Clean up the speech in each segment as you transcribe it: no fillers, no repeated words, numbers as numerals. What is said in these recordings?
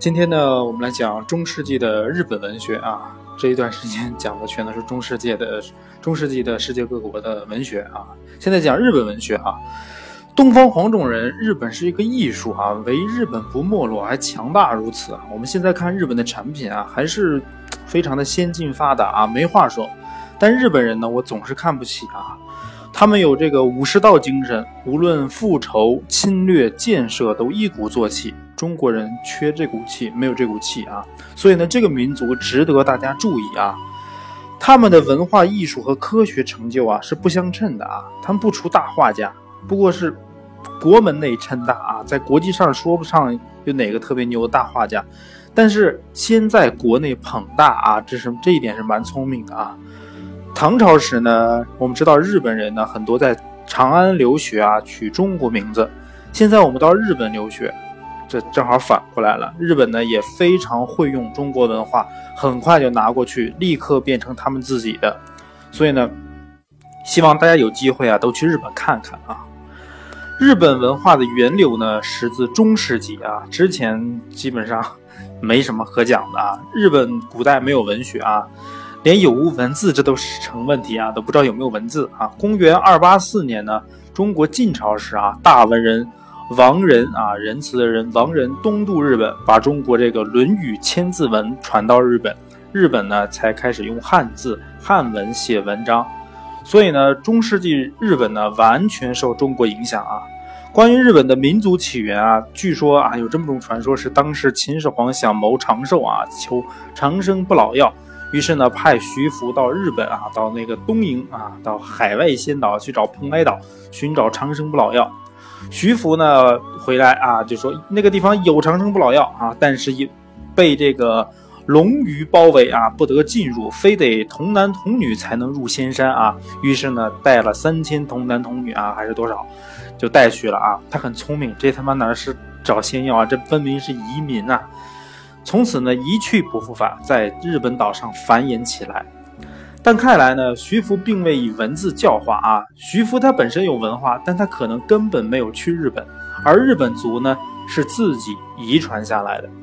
今天呢，我们来讲中世纪的日本文学啊。这一段时间讲的全都是中世纪的世界各国的文学啊。现在讲日本文学啊。东方黄种人，日本是一个艺术啊，唯日本不没落，还强大如此啊。我们现在看日本的产品啊，还是非常的先进发达啊，没话说。但日本人呢，我总是看不起啊。他们有这个武士道精神，无论复仇、侵略、建设都一鼓作气。中国人缺这股气，没有这股气啊。所以呢，这个民族值得大家注意啊。他们的文化艺术和科学成就啊是不相称的啊。他们不出大画家，不过是国门内称大啊，在国际上说不上有哪个特别牛的大画家，但是先在国内捧大啊，这一点是蛮聪明的啊。唐朝时呢，我们知道日本人呢很多在长安留学啊，取中国名字。现在我们到日本留学，这正好反过来了。日本呢也非常会用中国文化，很快就拿过去，立刻变成他们自己的。所以呢，希望大家有机会啊，都去日本看看啊。日本文化的源流呢，始自中世纪啊，之前基本上没什么可讲的啊。日本古代没有文学啊，连有无文字这都是成问题啊，都不知道有没有文字啊。公元284年呢，中国晋朝时啊，大文人王仁啊，仁慈的仁，王仁东渡日本，把中国这个《论语》千字文传到日本，日本呢才开始用汉字汉文写文章。所以呢，中世纪日本呢完全受中国影响啊。关于日本的民族起源啊，据说啊有这么种传说，是当时秦始皇想谋长寿啊，求长生不老药，于是呢派徐福到日本啊，到那个东瀛啊，到海外仙岛去找蓬莱岛寻找长生不老药。徐福呢回来啊，就说那个地方有长生不老药啊，但是被这个龙鱼包围啊，不得进入，非得童男童女才能入仙山啊。于是呢带了3000童男童女啊，还是多少就带去了啊。他很聪明，这他妈哪是找仙药啊，这分明是移民啊。从此呢一去不复返，在日本岛上繁衍起来。但看来呢，徐福并未以文字教化啊。徐福他本身有文化，但他可能根本没有去日本，而日本族呢是自己遗传下来的。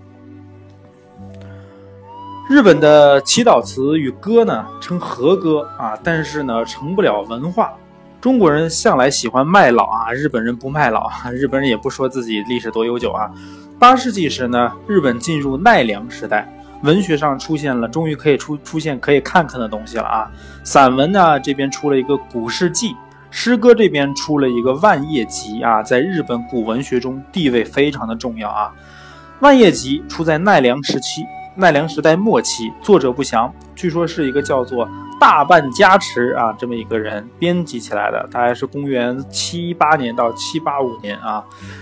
日本的祈祷词与歌呢称和歌啊，但是呢成不了文化。中国人向来喜欢卖老啊，日本人不卖老啊，日本人也不说自己历史多悠久啊。8世纪时呢，日本进入奈良时代，文学上出现了，终于可以出现可以看看的东西了啊。散文呢这边出了一个古事记，诗歌这边出了一个万叶集啊，在日本古文学中地位非常的重要啊。万叶集出在奈良时代末期，作者不详，据说是一个叫做大半家持啊这么一个人编辑起来的，大概是公元718年到785年啊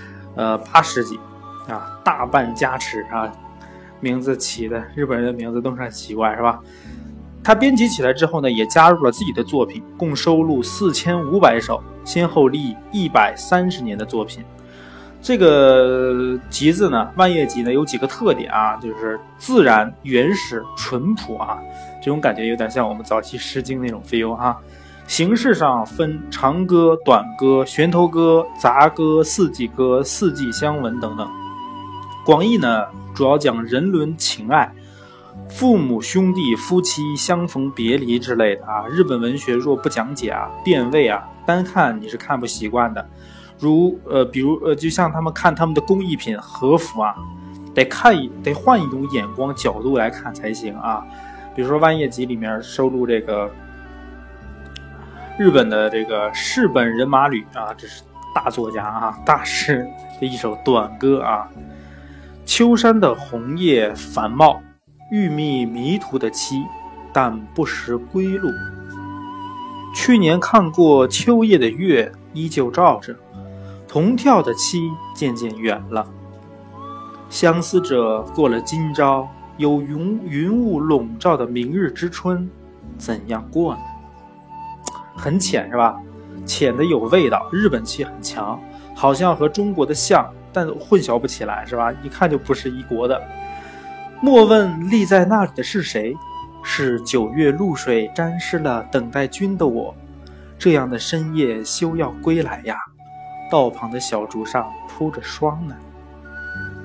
，8世纪啊，大半家持啊，名字起的日本人的名字都是很奇怪是吧？他编辑起来之后呢，也加入了自己的作品，共收录4500首，先后历130年的作品。这个集子呢，万叶集呢有几个特点啊，就是自然、原始、淳朴啊，这种感觉有点像我们早期诗经那种 feel 啊。形式上分长歌、短歌、悬头歌、杂歌、四季歌、四季相文等等。广义呢，主要讲人伦情爱、父母兄弟夫妻相逢别离之类的啊。日本文学若不讲解啊、变味啊，单看你是看不习惯的。比如就像他们看他们的工艺品和服啊，得换一种眼光角度来看才行啊。比如说万叶集里面收录这个日本的这个柿本人马吕啊，这是大作家啊，大师的一首短歌啊。秋山的红叶繁茂，欲觅迷途的妻，但不识归路。去年看过秋夜的月依旧照着，同跳的妻渐渐远了。相思者过了今朝，有云雾笼罩的明日之春，怎样过呢？很浅是吧？浅的有味道，日本气很强，好像和中国的像，但混淆不起来是吧？一看就不是一国的。莫问立在那里的是谁，是9月露水沾湿了等待君的我。这样的深夜休要归来呀，道旁的小竹上铺着霜呢。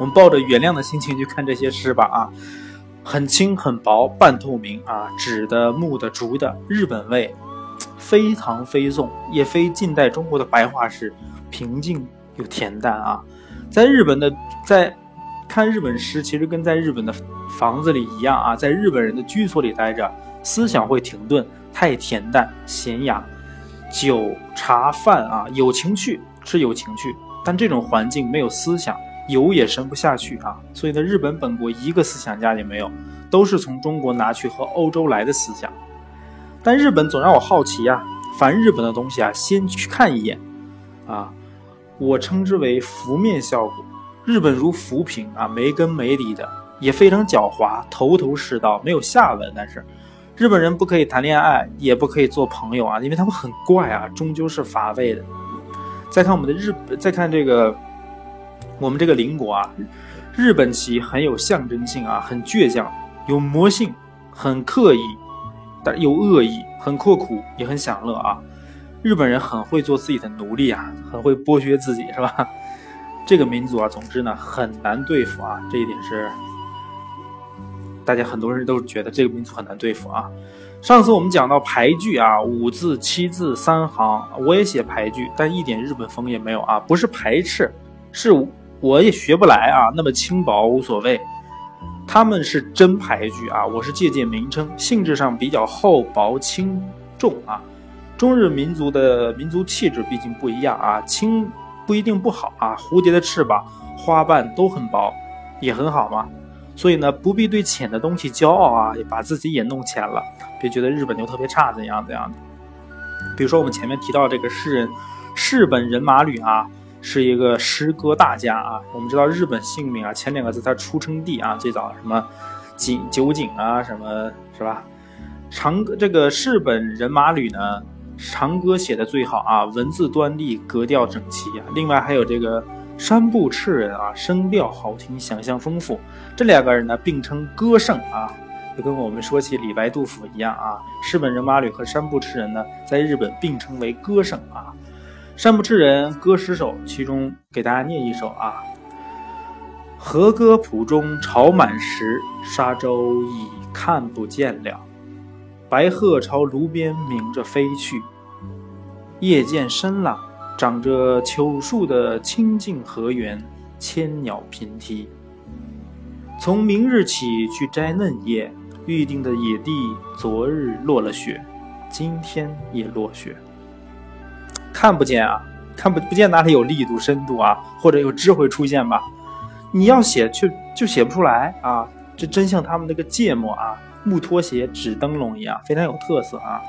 我们抱着原谅的心情去看这些诗吧啊，很轻很薄，半透明啊，纸的、木的、竹的，日本味，非唐非宋，也非近代中国的白话诗，平静又恬淡啊。在看日本诗，其实跟在日本的房子里一样啊，在日本人的居所里待着，思想会停顿，太恬淡闲雅，酒茶饭啊有情趣是有情趣，但这种环境没有思想，有也生不下去啊。所以呢，日本本国一个思想家也没有，都是从中国拿去和欧洲来的思想。但日本总让我好奇啊，凡日本的东西啊，先去看一眼啊，我称之为浮面效果。日本如浮萍啊，没根没底的，也非常狡猾，头头是道，没有下文。但是日本人不可以谈恋爱，也不可以做朋友啊，因为他们很怪啊，终究是乏味的。再看这个我们这个邻国啊，日本旗很有象征性啊，很倔强，有魔性，很刻意，但有恶意，很阔苦，也很享乐啊。日本人很会做自己的奴隶啊，很会剥削自己，是吧？这个民族啊，总之呢很难对付啊，这一点是大家很多人都觉得这个民族很难对付啊。上次我们讲到排句啊，5字、7字、3行，我也写排句，但一点日本风也没有啊，不是排斥，是我也学不来啊，那么轻薄无所谓。他们是真排句啊，我是借鉴名称，性质上比较厚薄轻重啊。中日民族的民族气质毕竟不一样啊，轻不一定不好啊，蝴蝶的翅膀、花瓣都很薄，也很好嘛。所以呢，不必对浅的东西骄傲啊，也把自己也弄浅了，别觉得日本就特别差怎样怎样的。比如说我们前面提到这个诗人柿本人马吕啊，是一个诗歌大家啊。我们知道日本姓名啊，前2个字它出生地啊，最早什么酒井啊，什么是吧？这个柿本人马吕呢，长歌写的最好啊，文字端丽，格调整齐啊。另外还有这个山部赤人啊，声调好听，想象丰富。这2个人呢并称歌圣啊，就跟我们说起李白、杜甫一样啊。柿本人马吕和山部赤人呢，在日本并称为歌圣啊。山部赤人歌10首，其中给大家念一首啊：和歌浦中潮满时，沙洲已看不见了。白鹤朝炉边鸣着飞去，夜渐深了，长着秋树的清净河源，千鸟频啼。从明日起去摘嫩叶，预定的野地昨日落了雪，今天也落雪。看不见啊，看不见哪里有力度深度啊，或者有智慧出现吧？你要写就写不出来啊！这真像他们那个芥末啊，木拖鞋、纸灯笼一样，非常有特色啊。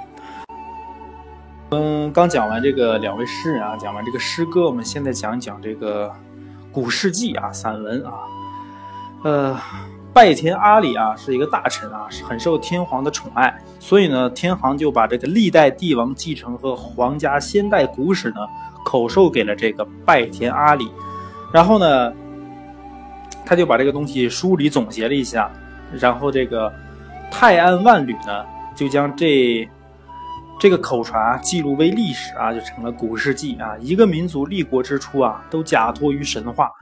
刚讲完这个2位诗人啊，讲完这个诗歌，我们现在讲讲这个古事记啊，散文啊。拜田阿里啊是一个大臣啊，是很受天皇的宠爱，所以呢，天皇就把这个历代帝王继承和皇家先代古史呢口授给了这个拜田阿里，然后呢，他就把这个东西梳理总结了一下，然后这个泰安万吕呢就将这个口传啊记录为历史啊，就成了古事记啊。一个民族立国之初啊，都假托于神话，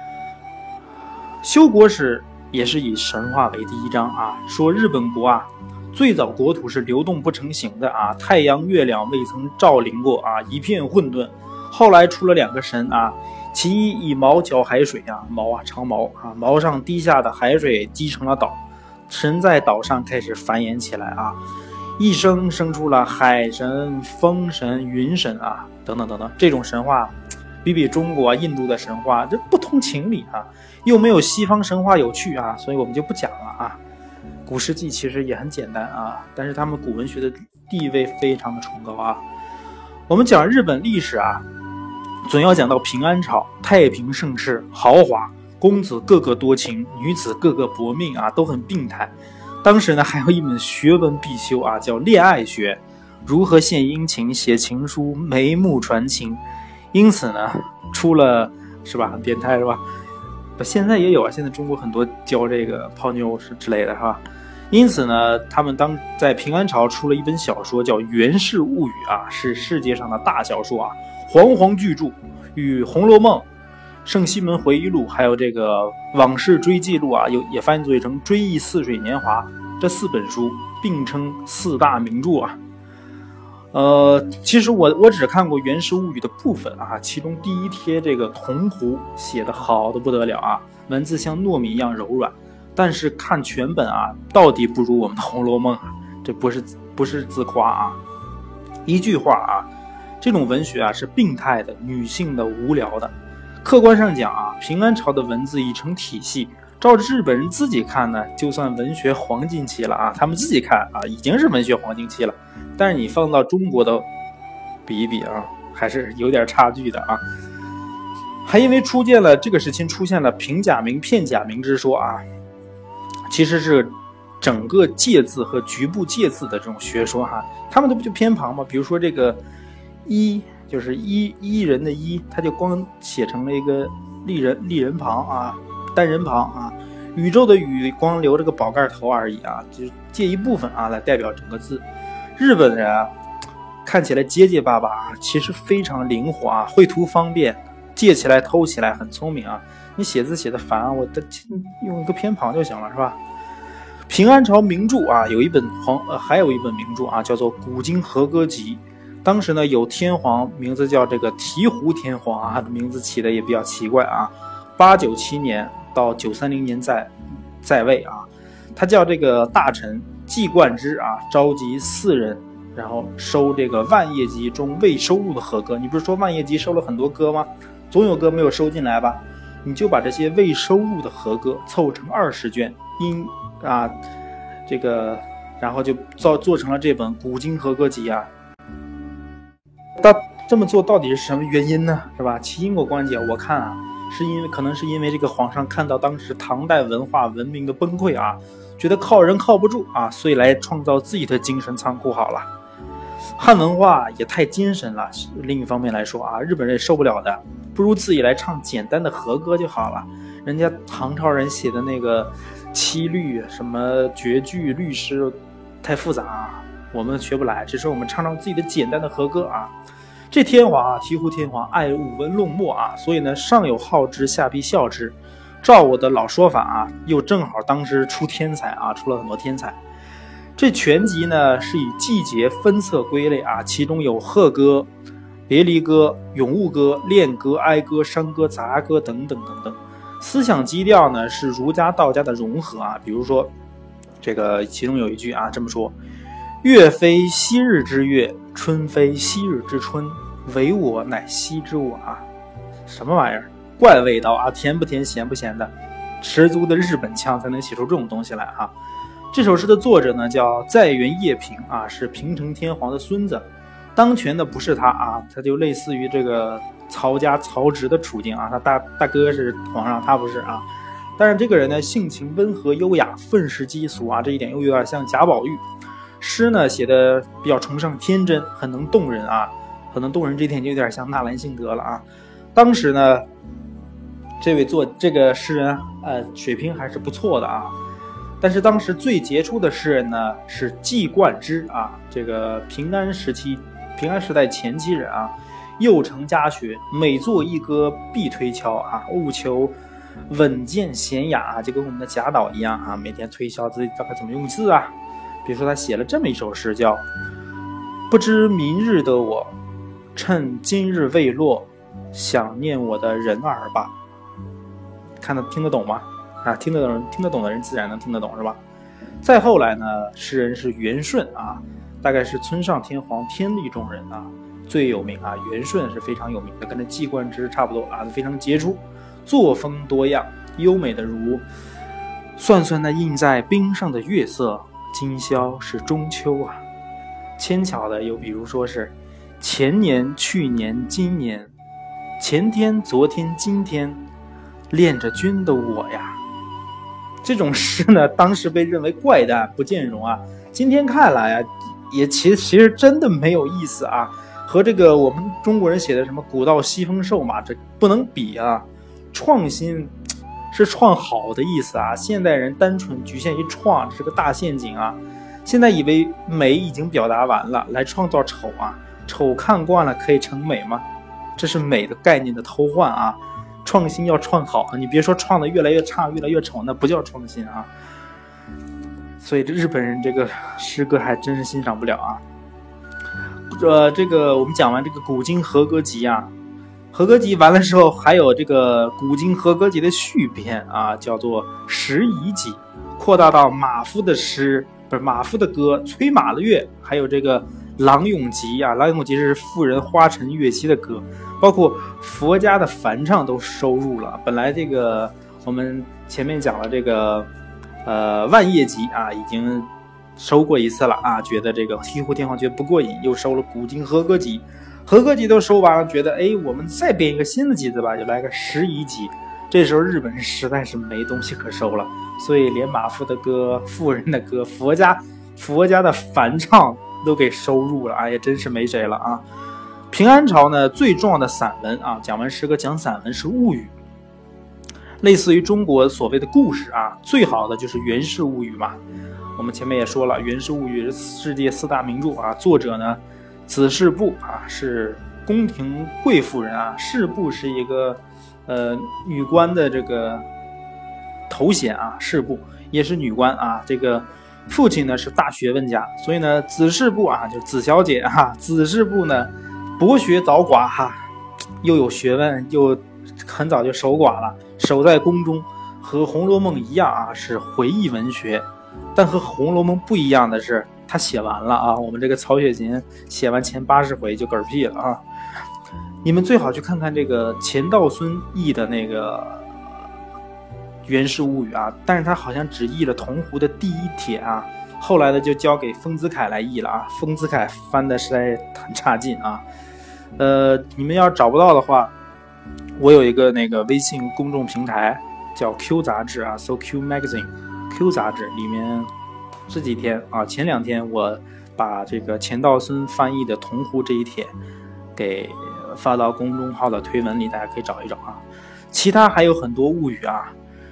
修国史也是以神话为第一章啊，说日本国啊，最早国土是流动不成形的啊，太阳月亮未曾照临过啊，一片混沌。后来出了2个神啊，其一以毛搅海水啊，毛啊长毛啊，毛上滴下的海水积成了岛，神在岛上开始繁衍起来啊，一生生出了海神、风神、云神啊，等等等等。这种神话比中国印度的神话这不通情理啊，又没有西方神话有趣啊，所以我们就不讲了啊。古事记其实也很简单啊，但是他们古文学的地位非常的崇高啊。我们讲日本历史啊，总要讲到平安朝，太平盛世，豪华，公子个个多情，女子个个薄命啊，都很病态。当时呢还有一门学问必修啊，叫恋爱学，如何献殷勤，写情书，眉目传情。因此呢出了是吧，很变态是吧？现在也有啊，现在中国很多教这个泡妞之类的是吧？因此呢，他们在平安朝出了一本小说叫《源氏物语》啊，是世界上的大小说啊，煌煌巨著，与《红楼梦》 圣西门回忆录，还有这个往事追记录啊，也翻译作成追忆似水年华，这4本书并称4大名著啊。其实我只看过《源氏物语》的部分啊，其中第一贴这个铜壶写的好的不得了啊，文字像糯米一样柔软，但是看全本啊，到底不如我们的《红楼梦》啊，这不是自夸啊，一句话啊，这种文学啊是病态的、女性的、无聊的。客观上讲啊，平安朝的文字已成体系，照着日本人自己看呢，就算文学黄金期了啊，他们自己看啊，已经是文学黄金期了。但是你放到中国的比一比啊，还是有点差距的啊。还因为这个时期出现了平假名、片假名之说啊，其实是整个借字和局部借字的这种学说哈，他们都不就偏旁吗？比如说这个一就是一人的一，他就光写成了一个立人旁啊，单人旁啊。宇宙的宇光留这个宝盖头而已啊，就是借一部分啊来代表整个字。日本人啊，看起来结结巴巴啊，其实非常灵活啊，绘图方便，借起来偷起来很聪明啊。你写字写的烦啊，我用一个偏旁就行了，是吧？平安朝名著啊，还有一本名著啊，叫做《古今和歌集》。当时呢，有天皇，名字叫这个醍醐天皇啊，名字起的也比较奇怪啊。897年到930年在位啊，他叫这个大臣季冠之啊，召集4人，然后收这个万叶集中未收入的和歌。你不是说万叶集收了很多歌吗？总有歌没有收进来吧？你就把这些未收入的和歌凑成20卷，然后就做成了这本《古今和歌集》啊。这么做到底是什么原因呢？是吧？其因果关节我看啊，可能是因为这个皇上看到当时唐代文化文明的崩溃啊，觉得靠人靠不住啊，所以来创造自己的精神仓库好了。汉文化也太精神了，另一方面来说啊，日本人也受不了的，不如自己来唱简单的和歌就好了。人家唐朝人写的那个七律什么绝句律诗太复杂啊，我们学不来，只是我们唱自己的简单的和歌啊。这天皇啊，醍醐天皇爱舞文弄墨啊，所以呢，上有好之，下必效之。照我的老说法啊，又正好当时出天才啊，出了很多天才。这全集呢是以季节分册归类啊，其中有贺歌、别离歌、咏物歌、恋歌、哀歌、山歌、杂歌等等等等。思想基调呢是儒家道家的融合啊，比如说这个其中有一句啊这么说：月非昔日之月，春非昔日之春，唯我乃昔之我啊。什么玩意儿？怪味道啊，甜不甜，咸不咸的，十足的日本腔才能写出这种东西来哈。这首诗的作者呢叫在原叶平啊，是平成天皇的孙子，当权的不是他啊，他就类似于这个曹家曹植的处境啊，他大哥是皇上，他不是啊。但是这个人呢性情温和优雅，愤世嫉俗啊，这一点又有点像贾宝玉。诗呢写的比较崇尚天真，很能动人啊，很能动人，这一点就有点像纳兰性德了啊。当时呢这个诗人水平还是不错的啊。但是当时最杰出的诗人呢是季冠之啊，这个平安时代前期人啊，幼承家学，每作一歌必推敲啊，务求稳健娴雅啊，就跟我们的贾岛一样啊，每天推敲自己大概怎么用字啊。比如说他写了这么一首诗叫不知明日的我，趁今日未落，想念我的人儿吧。听得懂吗？啊，听得懂的人自然能听得懂，是吧？再后来呢，诗人是元顺啊，大概是村上天皇天力中人啊，最有名啊。元顺是非常有名的，跟这季冠之差不多啊，非常杰出，作风多样，优美的如算算那映在冰上的月色，今宵是中秋啊。牵巧的又比如说是前年、去年、今年，前天、昨天、今天，恋着君的我呀。这种诗呢，当时被认为怪诞不见容啊。今天看来啊，也其实真的没有意思啊，和这个我们中国人写的什么古道西风瘦马这不能比啊。创新是创好的意思啊，现代人单纯局限于创，这是个大陷阱啊。现在以为美已经表达完了，来创造丑啊，丑看惯了可以成美吗？这是美的概念的偷换啊。 创新要创好，你别说创的越来越差越来越丑，那不叫创新啊。所以这日本人这个诗歌还真是欣赏不了啊。这个我们讲完这个古今和歌集啊，和歌集完了之后，还有这个古今和歌集的续篇啊，叫做拾遗集，扩大到马夫的诗，不是马夫的歌，催马的乐，还有这个郎咏集啊，郎咏集是妇人花陈乐器的歌，包括佛家的梵唱都收入了。本来这个我们前面讲了这个万叶集啊，已经收过一次了啊，觉得这个西湖天皇觉得不过瘾，又收了古今和歌集，和歌集都收完了，觉得我们再编一个新的集子吧，就来个拾遗集。这时候日本人实在是没东西可收了，所以连马夫的歌、妇人的歌、佛家的梵唱都给收入了，也真是没谁了啊。平安朝呢，最重要的散文啊，讲完诗歌讲散文是物语，类似于中国所谓的故事啊，最好的就是源氏物语嘛。我们前面也说了，源氏物语是世界4大名著啊，作者呢子氏部啊，是宫廷贵妇人啊，氏部是一个女官的这个头衔啊，氏部也是女官啊，这个父亲呢是大学问家，所以呢子氏部啊，就子小姐啊，子氏部呢博学早寡哈，又有学问，又很早就守寡了，守在宫中，和《红楼梦》一样啊，是回忆文学。但和《红楼梦》不一样的是，他写完了啊，我们这个曹雪芹写完前80回就嗝屁了啊。你们最好去看看这个钱道孙译的那个源氏物语啊，但是他好像只译了桐湖的第一帖啊，后来的就交给丰子恺来译了啊，丰子恺翻的实在很差劲啊。你们要找不到的话，我有一个那个微信公众平台叫 Q 杂志啊，搜 Q Magazine Q 杂志里面这几天啊，前2天我把这个钱道孙翻译的桐湖这一帖给发到公众号的推文里，大家可以找一找啊。其他还有很多物语啊，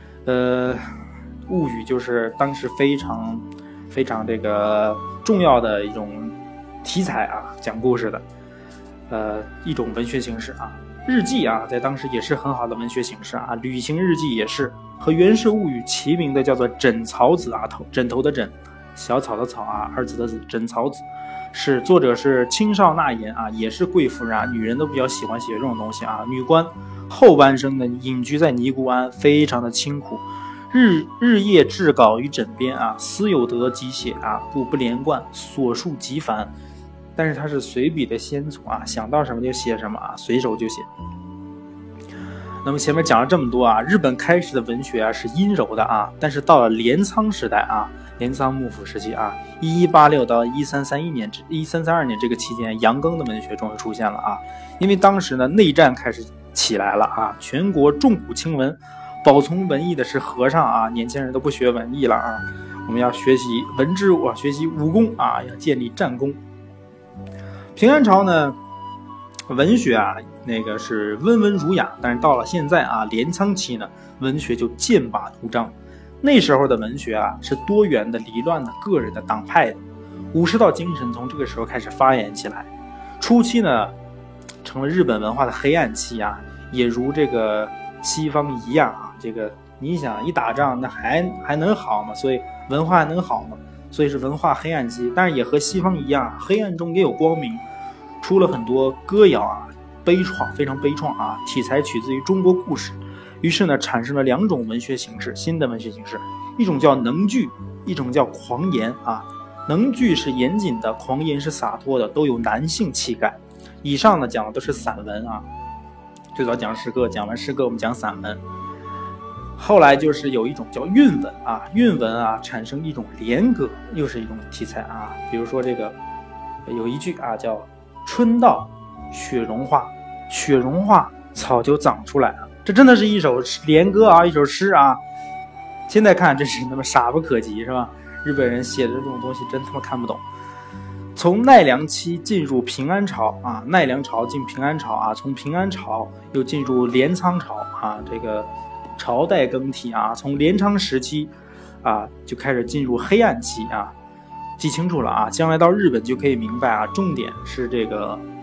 物语就是当时非常非常这个重要的一种题材啊，讲故事的一种文学形式啊。日记啊，在当时也是很好的文学形式啊，旅行日记也是和源氏物语齐名的，叫做枕草子啊，枕头的枕，小草的草啊，二字的字，枕草子，是作者是青少纳言啊，也是贵妇人啊，女人都比较喜欢写这种东西啊。女官后半生呢隐居在尼姑庵，非常的清苦，日夜制稿于枕边啊，思有得即写啊，故不连贯，所述极繁。但是他是随笔的先祖啊，想到什么就写什么啊，随手就写。那么前面讲了这么多啊，日本开始的文学啊是阴柔的啊，但是到了镰仓时代啊，镰仓幕府时期啊，1186到1332年这个期间，阳庚的文学终于出现了啊。因为当时呢内战开始起来了啊，全国重古轻文，保存文艺的是和尚啊，年轻人都不学文艺了啊，我们要学习文治啊，学习武功啊，要建立战功。平安朝呢，文学啊，那个是温文儒雅，但是到了现在啊，镰仓期呢，文学就剑拔弩张。那时候的文学啊，是多元的、离乱的、个人的、党派的，武士道精神从这个时候开始发展起来。初期呢，成了日本文化的黑暗期啊，也如这个西方一样啊，这个你想一打仗，那还能好吗？所以文化还能好吗？所以是文化黑暗期，但是也和西方一样，黑暗中也有光明，出了很多歌谣啊，悲怆，非常悲怆啊，题材取自于中国故事。于是呢，产生了2种文学形式，新的文学形式，一种叫能剧，一种叫狂言啊。能剧是严谨的，狂言是洒脱的，都有男性气概。以上呢讲的都是散文啊，最早讲诗歌，讲完诗歌我们讲散文。后来就是有一种叫韵文啊，韵文啊产生一种联歌，又是一种题材啊。比如说这个有一句啊叫春到雪融化，雪融化草就长出来了，这真的是一首联歌啊，一首诗啊。现在看真是那么傻不可及，是吧？日本人写的这种东西真他妈看不懂。从奈良期进入平安朝啊，奈良朝进平安朝啊，从平安朝又进入镰仓朝啊，这个朝代更替啊，从镰仓时期啊就开始进入黑暗期啊，记清楚了啊，将来到日本就可以明白啊，重点是这个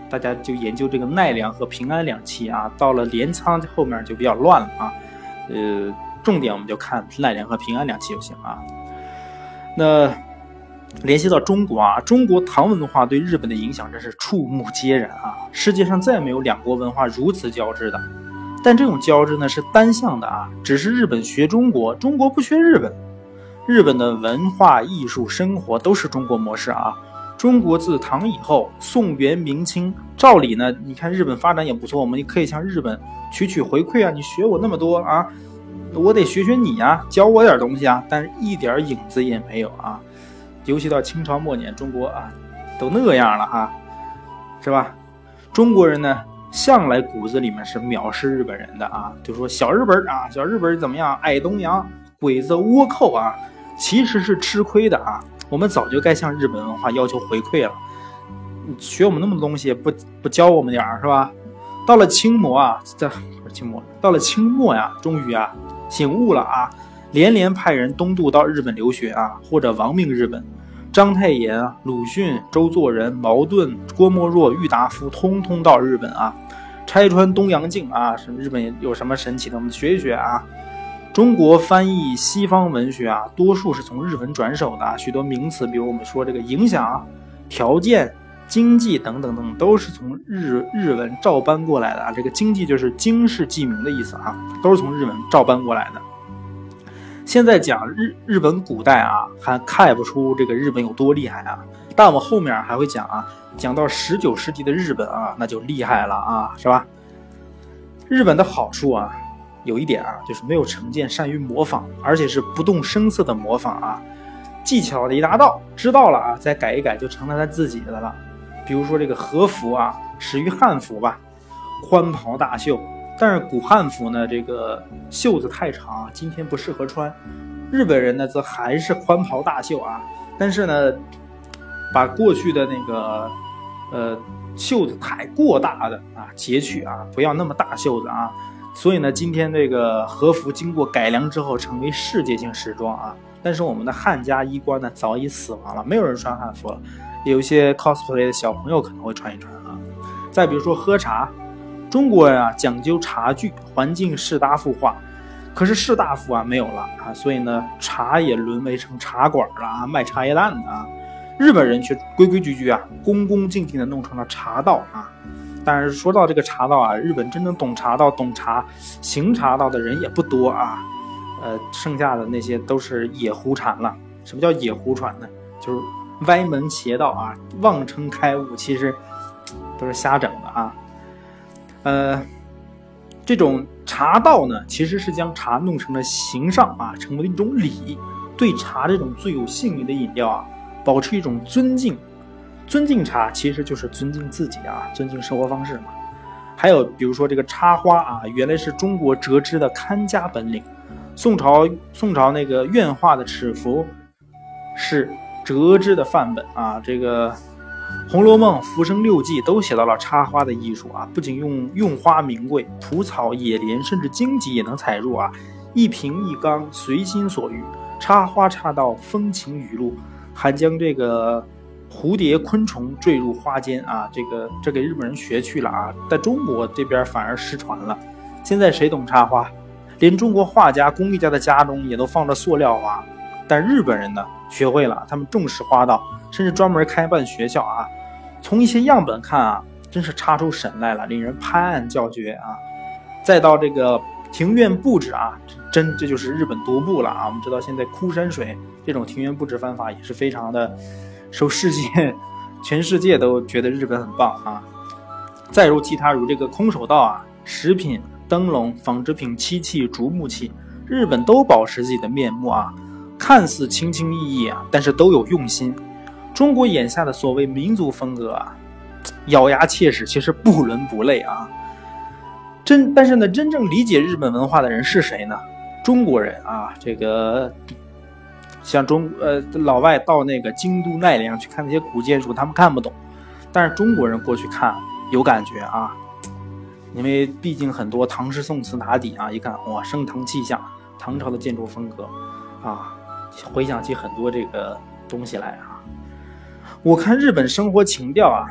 大家就研究这个奈良和平安两期啊，到了镰仓后面就比较乱了啊。重点我们就看奈良和平安两期就行啊。那联系到中国啊，中国唐文化对日本的影响真是触目皆然啊！世界上再没有两国文化如此交织的，但这种交织呢是单向的啊，只是日本学中国，中国不学日本。日本的文化、艺术、生活都是中国模式啊。中国自唐以后，宋元明清，照理呢，你看日本发展也不错，我们也可以向日本取回馈啊，你学我那么多啊，我得学你啊，教我点东西啊，但是一点影子也没有啊。尤其到清朝末年，中国啊都那样了啊，是吧？中国人呢向来骨子里面是藐视日本人的啊，就说小日本啊，小日本怎么样，爱东洋，鬼子倭寇啊，其实是吃亏的啊。我们早就该向日本文化要求回馈了，学我们那么多东西不教我们点是吧？到了清末啊，到了清末呀，终于啊醒悟了啊，连派人东渡到日本留学啊，或者亡命日本。章太炎啊、鲁迅、周作人、茅盾、郭沫若、郁达夫，通通到日本啊，拆穿东洋镜啊，日本有什么神奇的，我们学一学啊。中国翻译西方文学啊，多数是从日本转手的啊，许多名词，比如我们说这个影响、条件、经济等等等，都是从日文照搬过来的啊。这个经济就是经世济民的意思啊，都是从日本照搬过来的。现在讲日本古代啊，还看不出这个日本有多厉害啊，但我们后面还会讲啊，讲到19世纪的日本啊，那就厉害了啊，是吧？日本的好处啊，有一点啊，就是没有成见，善于模仿，而且是不动声色的模仿啊，技巧的一达到，知道了啊，再改一改就成了他自己的了。比如说这个和服啊，始于汉服吧，宽袍大袖，但是古汉服呢，这个袖子太长，今天不适合穿。日本人呢，则还是宽袍大袖啊，但是呢，把过去的那个袖子太过大的啊截取啊，不要那么大袖子啊。所以呢，今天这个和服经过改良之后，成为世界性时装啊。但是我们的汉家衣冠呢，早已死亡了，没有人穿汉服了。有一些 cosplay 的小朋友可能会穿一穿啊。再比如说喝茶，中国人啊讲究茶具，环境士大夫化，可是士大夫啊没有了啊，所以呢，茶也沦为成茶馆了啊，卖茶叶蛋的啊。日本人却规规矩矩啊，恭恭敬敬的弄成了茶道啊。但是说到这个茶道啊，日本真正懂茶道、懂茶、行茶道的人也不多啊。剩下的那些都是野胡传了。什么叫野胡传呢？就是歪门邪道啊，妄称开悟，其实都是瞎整的啊。这种茶道呢，其实是将茶弄成了形上啊，成为一种礼，对茶这种最有性命的饮料啊，保持一种尊敬。尊敬茶其实就是尊敬自己啊，尊敬生活方式嘛。还有比如说这个插花啊，原来是中国折枝的看家本领。宋朝那个院画的尺幅是折枝的范本啊。这个《红楼梦》《浮生六记》都写到了插花的艺术啊，不仅用花名贵，蒲草、野莲甚至荆棘也能采入啊，一瓶一缸，随心所欲，插花插到风情雨露，还将这个蝴蝶昆虫坠入花间啊，这给日本人学去了啊，在中国这边反而失传了。现在谁懂插花？连中国画家、工艺家的家中也都放着塑料花，但日本人呢学会了，他们重视花道，甚至专门开办学校啊。从一些样本看啊，真是插出神来了，令人拍案叫绝啊。再到这个庭院布置啊，这就是日本独步了啊。我们知道现在枯山水这种庭院布置方法也是非常的受全世界都觉得日本很棒啊。再如其他如这个空手道啊、食品、灯笼、纺织品、漆器、竹木器，日本都保持自己的面目啊，看似轻轻易易啊，但是都有用心。中国眼下的所谓民族风格啊，咬牙切齿，其实不伦不类啊。但是呢，真正理解日本文化的人是谁呢？中国人啊，这个像老外到那个京都奈良去看那些古建筑，他们看不懂，但是中国人过去看有感觉啊。因为毕竟很多唐诗宋词打底啊，一看哇，升堂气象，唐朝的建筑风格啊，回想起很多这个东西来啊。我看日本生活情调啊，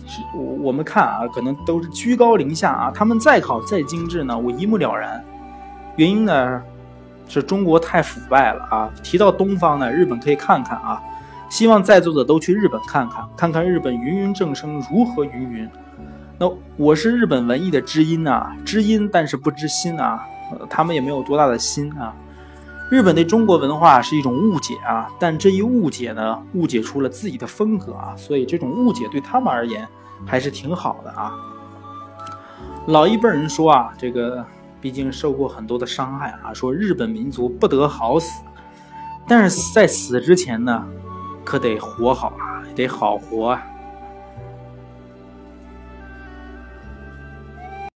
我们看啊，可能都是居高临下啊，他们再好再精致呢，我一目了然。原因呢是中国太腐败了啊。提到东方呢，日本可以看看啊，希望在座的都去日本看看，看看日本芸芸众生如何芸芸。那我是日本文艺的知音啊，知音但是不知心啊，他们也没有多大的心啊。日本对中国文化是一种误解啊，但这一误解呢，误解出了自己的风格啊，所以这种误解对他们而言还是挺好的啊。老一辈人说啊，这个毕竟受过很多的伤害啊，说日本民族不得好死，但是在死之前呢，可得活好啊，得好活啊。